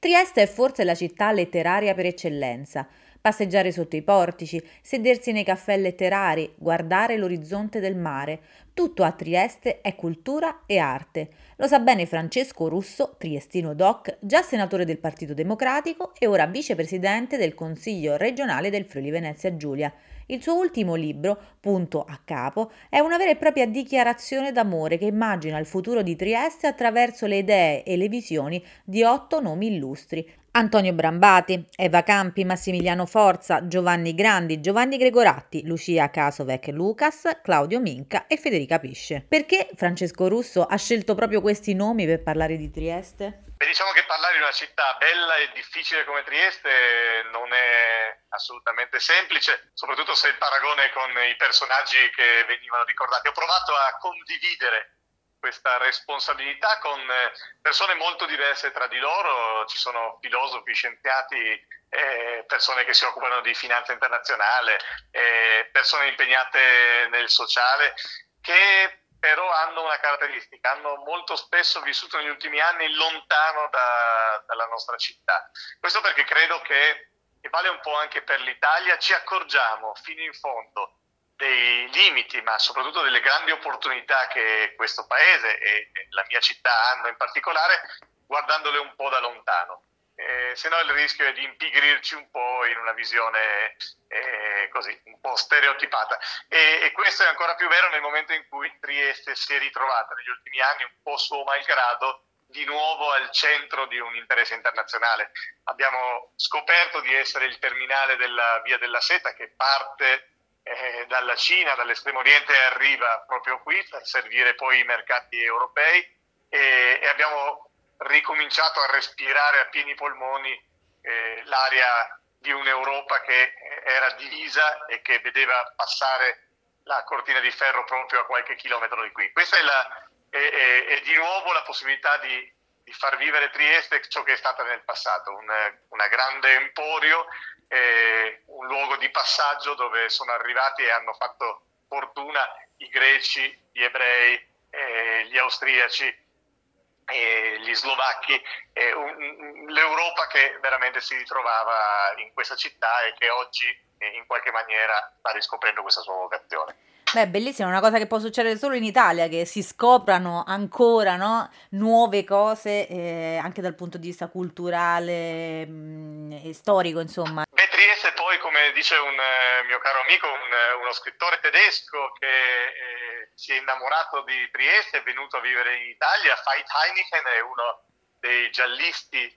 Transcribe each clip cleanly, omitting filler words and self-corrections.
Trieste è forse la città letteraria per eccellenza. Passeggiare sotto i portici, sedersi nei caffè letterari, guardare l'orizzonte del mare, tutto a Trieste è cultura e arte. Lo sa bene Francesco Russo, triestino doc, già senatore del Partito Democratico e ora vicepresidente del Consiglio regionale del Friuli Venezia Giulia. Il suo ultimo libro, Punto a capo, è una vera e propria dichiarazione d'amore che immagina il futuro di Trieste attraverso le idee e le visioni di 8 nomi illustri. Antonio Brambati, Eva Campi, Massimiliano Forza, Giovanni Grandi, Giovanni Gregoratti, Lucia Casovec Lucas, Claudio Minca e Federica Pisce. Perché Francesco Russo ha scelto proprio questi nomi per parlare di Trieste? Beh, diciamo che parlare di una città bella e difficile come Trieste non è assolutamente semplice, soprattutto se il paragone con i personaggi che venivano ricordati. Ho provato a condividere questa responsabilità con persone molto diverse tra di loro. Ci sono filosofi, scienziati, persone che si occupano di finanza internazionale, persone impegnate nel sociale, che però hanno una caratteristica: hanno molto spesso vissuto negli ultimi anni lontano dalla nostra città. Questo perché credo che, e vale un po' anche per l'Italia, ci accorgiamo fino in fondo dei limiti, ma soprattutto delle grandi opportunità che questo paese e la mia città hanno in particolare, guardandole un po' da lontano. Se no il rischio è di impigrirci un po' in una visione così, un po' stereotipata. E questo è ancora più vero nel momento in cui Trieste si è ritrovata negli ultimi anni, un po' suo malgrado, di nuovo al centro di un interesse internazionale. Abbiamo scoperto di essere il terminale della Via della Seta, che parte dalla Cina, dall'estremo oriente, e arriva proprio qui per servire poi i mercati europei, e abbiamo ricominciato a respirare a pieni polmoni l'aria di un'Europa che era divisa e che vedeva passare la cortina di ferro proprio a qualche chilometro di qui. Questa è di nuovo la possibilità di far vivere Trieste ciò che è stata nel passato, una grande emporio, un luogo di passaggio dove sono arrivati e hanno fatto fortuna i greci, gli ebrei, gli austriaci, gli slovacchi, l'Europa che veramente si ritrovava in questa città e che oggi in qualche maniera sta riscoprendo questa sua vocazione. Beh, bellissimo, è una cosa che può succedere solo in Italia, che si scoprano ancora, no, nuove cose, anche dal punto di vista culturale e storico, insomma. Beh, Trieste poi, come dice un mio caro amico, uno scrittore tedesco che si è innamorato di Trieste, è venuto a vivere in Italia. Veit Heineken è uno dei giallisti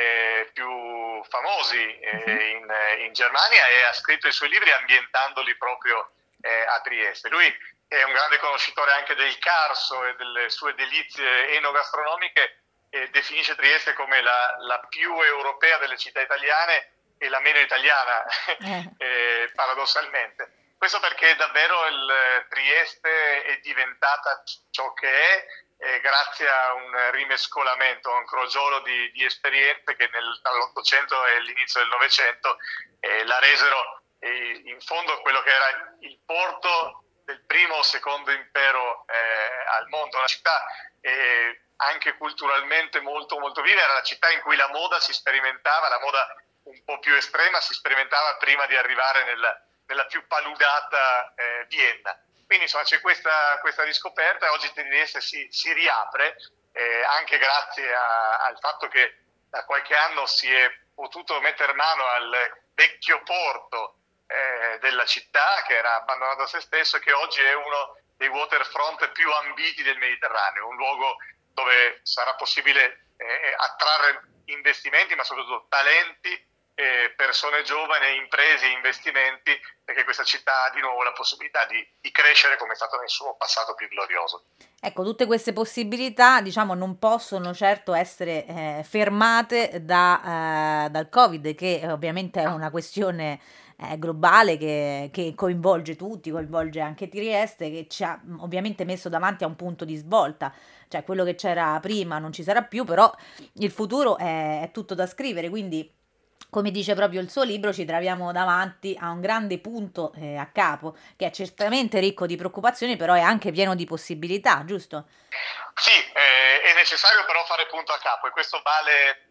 più famosi in Germania, e ha scritto i suoi libri ambientandoli proprio a Trieste. Lui è un grande conoscitore anche del Carso e delle sue delizie enogastronomiche, e definisce Trieste come la più europea delle città italiane e la meno italiana, paradossalmente. Questo perché davvero il Trieste è diventata ciò che è, grazie a un rimescolamento, a un crogiolo di esperienze che tra l'Ottocento e l'inizio del Novecento la resero in fondo quello che era il porto del primo o secondo impero al mondo. Una città anche culturalmente molto molto viva, era la città in cui la moda si sperimentava, la moda un po' più estrema si sperimentava prima di arrivare nella più paludata Vienna. Quindi insomma c'è questa riscoperta, e oggi Trieste si riapre, anche grazie al fatto che da qualche anno si è potuto mettere mano al vecchio porto della città, che era abbandonato a se stesso, e che oggi è uno dei waterfront più ambiti del Mediterraneo, un luogo dove sarà possibile attrarre investimenti, ma soprattutto talenti, persone giovani, imprese, investimenti, perché questa città ha di nuovo la possibilità di crescere come è stato nel suo passato più glorioso. Ecco, tutte queste possibilità, diciamo, non possono certo essere fermate dal Covid, che ovviamente è una questione globale che coinvolge tutti, coinvolge anche Trieste, che ci ha ovviamente messo davanti a un punto di svolta, cioè quello che c'era prima non ci sarà più, però il futuro è tutto da scrivere, quindi come dice proprio il suo libro, ci troviamo davanti a un grande punto a capo, che è certamente ricco di preoccupazioni, però è anche pieno di possibilità, giusto? Sì, è necessario però fare punto a capo, e questo vale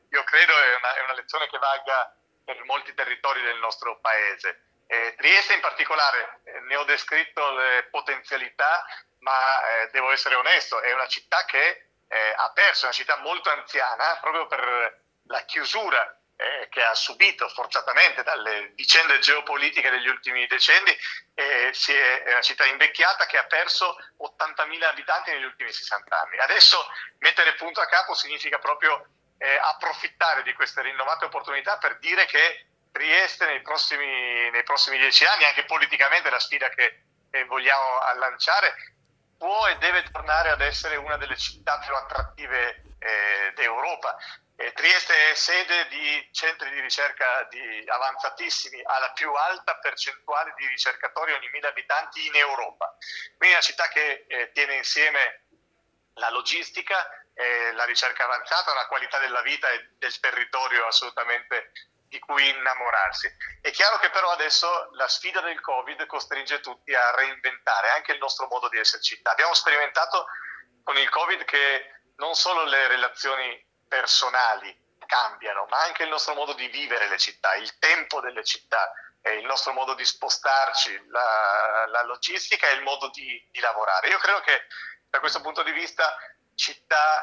io credo è una lezione che valga per molti territori del nostro paese. Trieste in particolare, ne ho descritto le potenzialità, ma devo essere onesto, è una città che ha perso, è una città molto anziana, proprio per la chiusura che ha subito forzatamente dalle vicende geopolitiche degli ultimi decenni. È una città invecchiata che ha perso 80.000 abitanti negli ultimi 60 anni. Adesso mettere punto a capo significa proprio approfittare di queste rinnovate opportunità per dire che Trieste nei prossimi 10 anni, anche politicamente la sfida che vogliamo lanciare, può e deve tornare ad essere una delle città più attrattive d'Europa. Trieste è sede di centri di ricerca avanzatissimi, ha la più alta percentuale di ricercatori ogni 1.000 abitanti in Europa. Quindi è una città che tiene insieme la logistica, la ricerca avanzata, una qualità della vita e del territorio assolutamente di cui innamorarsi. È chiaro che però adesso la sfida del Covid costringe tutti a reinventare anche il nostro modo di essere città. Abbiamo sperimentato con il Covid che non solo le relazioni personali cambiano, ma anche il nostro modo di vivere le città, il tempo delle città, il nostro modo di spostarci, la logistica e il modo di lavorare. Io credo che da questo punto di vista città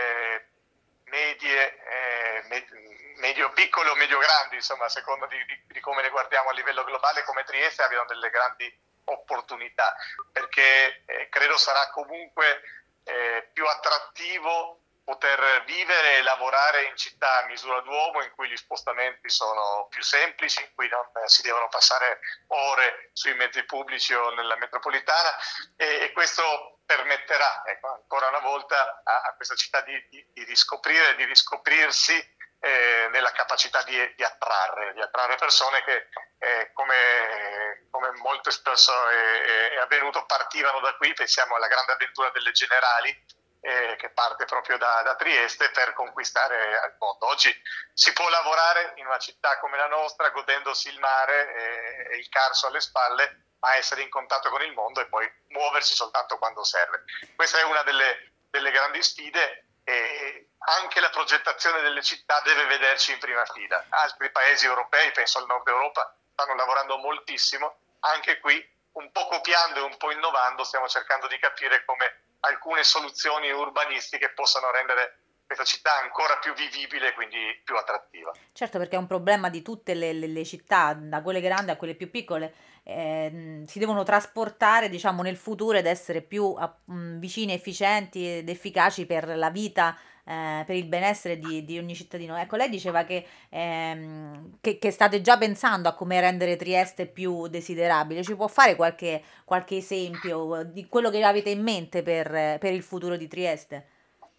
medio piccole o medio grandi, insomma, a seconda di come le guardiamo a livello globale, come Trieste, abbiano delle grandi opportunità, perché credo sarà comunque più attrattivo poter vivere e lavorare in città a misura d'uomo, in cui gli spostamenti sono più semplici, in cui non si devono passare ore sui mezzi pubblici o nella metropolitana, e questo permetterà, ecco, ancora una volta a questa città di riscoprire, di riscoprirsi nella capacità di attrarre persone che come molto spesso è avvenuto, partivano da qui. Pensiamo alla grande avventura delle Generali, che parte proprio da Trieste per conquistare il mondo. Oggi si può lavorare in una città come la nostra, godendosi il mare e il Carso alle spalle, ma essere in contatto con il mondo e poi muoversi soltanto quando serve. Questa è una delle grandi sfide, e anche la progettazione delle città deve vederci in prima fila. Altri paesi europei, penso al nord Europa, stanno lavorando moltissimo. Anche qui, un po' copiando e un po' innovando, stiamo cercando di capire come alcune soluzioni urbanistiche possano rendere questa città ancora più vivibile e quindi più attrattiva. Certo, perché è un problema di tutte le città, da quelle grandi a quelle più piccole, si devono trasportare, diciamo, nel futuro ed essere più vicine, efficienti ed efficaci per la vita, per il benessere di ogni cittadino. Ecco, lei diceva che state già pensando a come rendere Trieste più desiderabile. Ci può fare qualche esempio di quello che avete in mente per il futuro di Trieste?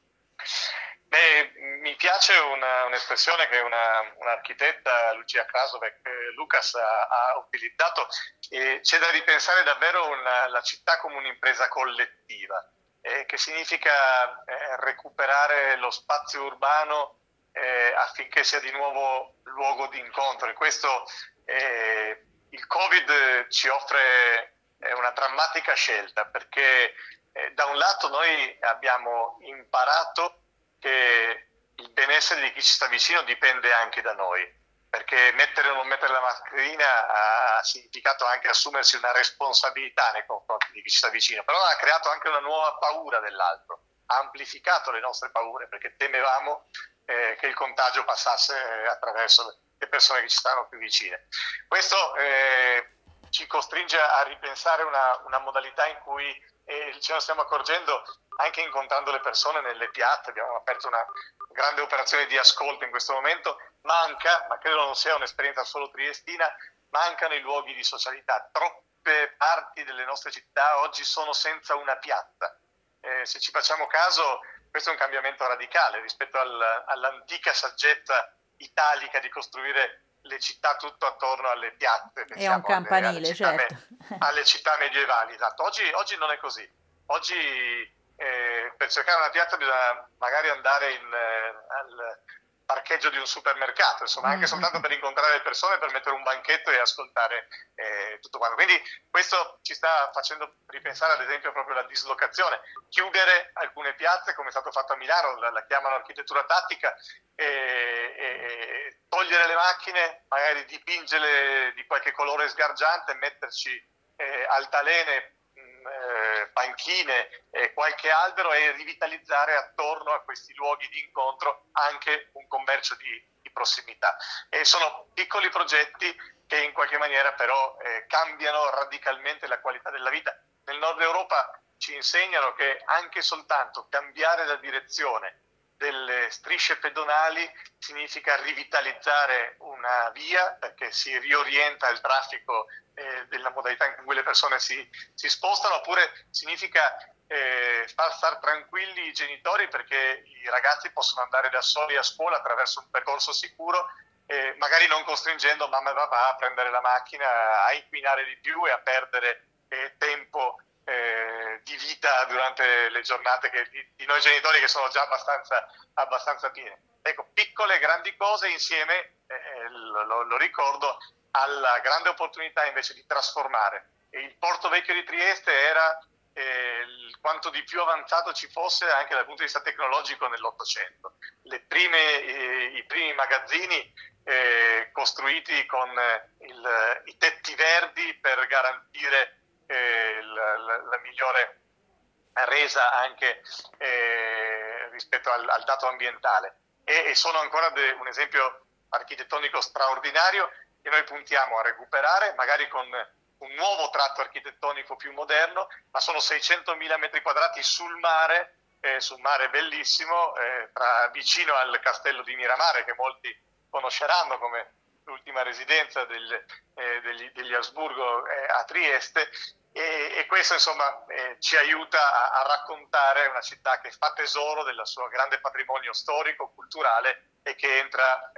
Mi piace un'espressione che un'architetta, Lucia Krasovec Lucas, ha utilizzato, e c'è da ripensare davvero la città come un'impresa collettiva, che significa recuperare lo spazio urbano affinché sia di nuovo luogo di incontro. In questo il Covid ci offre una drammatica scelta, perché da un lato noi abbiamo imparato che il benessere di chi ci sta vicino dipende anche da noi, perché mettere o non mettere la mascherina ha significato anche assumersi una responsabilità nei confronti di chi ci sta vicino, però ha creato anche una nuova paura dell'altro, ha amplificato le nostre paure, perché temevamo che il contagio passasse attraverso le persone che ci stanno più vicine. Questo ci costringe a ripensare una modalità in cui ce ne stiamo accorgendo anche incontrando le persone nelle piazze. Abbiamo aperto una grande operazione di ascolto in questo momento. Manca, ma credo non sia un'esperienza solo triestina, mancano i luoghi di socialità. Troppe parti delle nostre città oggi sono senza una piazza. Se ci facciamo caso, questo è un cambiamento radicale rispetto all'antica saggezza italica di costruire le città tutto attorno alle piazze. È un campanile, certo. Alle città medievali. Esatto. Oggi non è così. Oggi per cercare una piazza bisogna magari andare parcheggio di un supermercato, insomma, anche soltanto per incontrare le persone, per mettere un banchetto e ascoltare tutto quanto. Quindi questo ci sta facendo ripensare ad esempio proprio alla dislocazione, chiudere alcune piazze come è stato fatto a Milano, la chiamano architettura tattica, e togliere le macchine, magari dipingerle di qualche colore sgargiante, metterci altalene, panchine, qualche albero e rivitalizzare attorno a questi luoghi di incontro anche un commercio di prossimità. E sono piccoli progetti che in qualche maniera però cambiano radicalmente la qualità della vita. Nel nord Europa ci insegnano che anche soltanto cambiare la direzione delle strisce pedonali significa rivitalizzare una via, perché si riorienta il traffico della modalità in cui le persone si spostano, oppure significa far star tranquilli i genitori perché i ragazzi possono andare da soli a scuola attraverso un percorso sicuro, magari non costringendo mamma e papà a prendere la macchina, a inquinare di più e a perdere tempo di vita durante le giornate di noi genitori, che sono già abbastanza piene. Ecco, piccole grandi cose insieme, lo ricordo, alla grande opportunità invece di trasformare. E il Porto Vecchio di Trieste era quanto di più avanzato ci fosse anche dal punto di vista tecnologico nell'Ottocento. I primi magazzini costruiti con i tetti verdi per garantire la migliore resa anche rispetto al dato ambientale, e sono ancora un esempio architettonico straordinario che noi puntiamo a recuperare, magari con un nuovo tratto architettonico più moderno, ma sono 600.000 metri quadrati sul mare bellissimo, vicino al castello di Miramare, che molti conosceranno come l'ultima residenza degli Asburgo a Trieste, e questo insomma ci aiuta a raccontare una città che fa tesoro del suo grande patrimonio storico, culturale, e che entra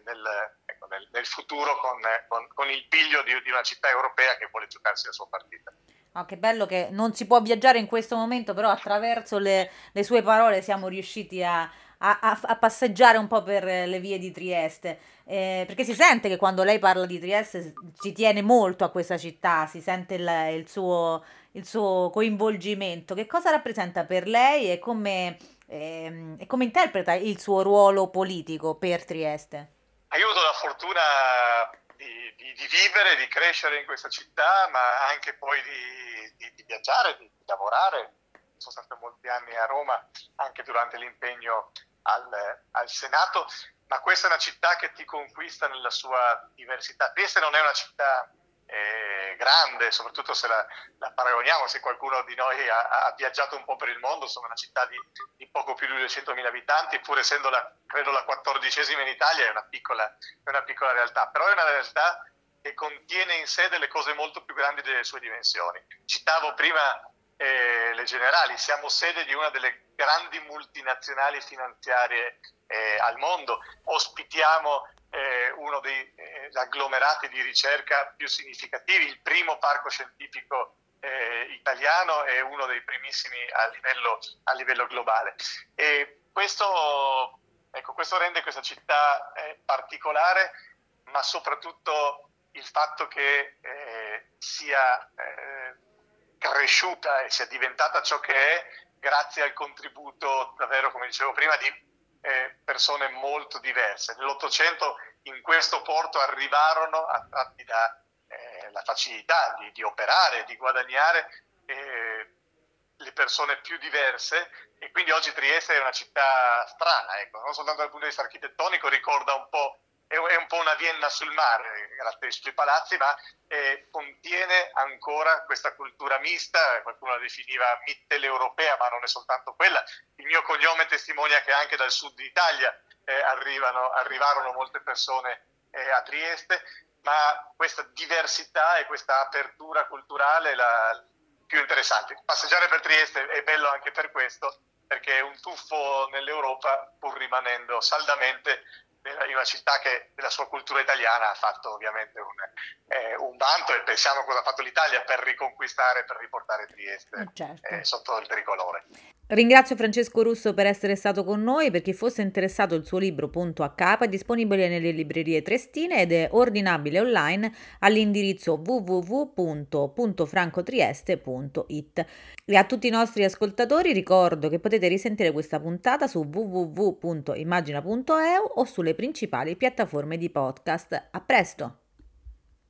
nel futuro con il piglio di una città europea che vuole giocarsi la sua partita. Oh, che bello che non si può viaggiare in questo momento, però attraverso le sue parole siamo riusciti a passeggiare un po' per le vie di Trieste, perché si sente che quando lei parla di Trieste ci tiene molto a questa città, si sente il suo coinvolgimento. Che cosa rappresenta per lei e come interpreta il suo ruolo politico per Trieste? Io ho avuto la fortuna di vivere, di crescere in questa città, ma anche poi di viaggiare, di lavorare. Sono stato molti anni a Roma, anche durante l'impegno al Senato, ma questa è una città che ti conquista nella sua diversità. Trieste non è una città grande, soprattutto se la paragoniamo, se qualcuno di noi ha viaggiato un po' per il mondo. Sono una città di poco più di 200.000 abitanti, pur essendo credo la 14ª in Italia, è una piccola realtà, però è una realtà che contiene in sé delle cose molto più grandi delle sue dimensioni. Citavo prima le Generali, siamo sede di una delle grandi multinazionali finanziarie al mondo, ospitiamo uno degli agglomerati di ricerca più significativi, il primo parco scientifico italiano e uno dei primissimi a livello globale. E questo rende questa città particolare, ma soprattutto il fatto che sia cresciuta e sia diventata ciò che è grazie al contributo, davvero, come dicevo prima, di persone molto diverse. Nell'Ottocento in questo porto arrivarono, attratti dalla facilità di operare, di guadagnare, le persone più diverse, e quindi oggi Trieste è una città strana, ecco, non soltanto dal punto di vista architettonico, ricorda un po', è un po' una Vienna sul mare, grazie ai suoi palazzi, ma contiene ancora questa cultura mista. Qualcuno la definiva mitteleuropea, ma non è soltanto quella. Il mio cognome testimonia che anche dal sud d'Italia arrivarono molte persone a Trieste, ma questa diversità e questa apertura culturale è la più interessante. Passeggiare per Trieste è bello anche per questo, perché è un tuffo nell'Europa, pur rimanendo saldamente in una città che della sua cultura italiana ha fatto ovviamente un vanto, e pensiamo cosa ha fatto l'Italia per riconquistare, per riportare Trieste Certo. sotto il tricolore. Ringrazio Francesco Russo per essere stato con noi. Per chi fosse interessato, il suo libro Punto a Capo è disponibile nelle librerie triestine ed è ordinabile online all'indirizzo www.puntofrancotrieste.it. E a tutti i nostri ascoltatori ricordo che potete risentire questa puntata su www.immagina.eu o sulle principali piattaforme di podcast. A presto!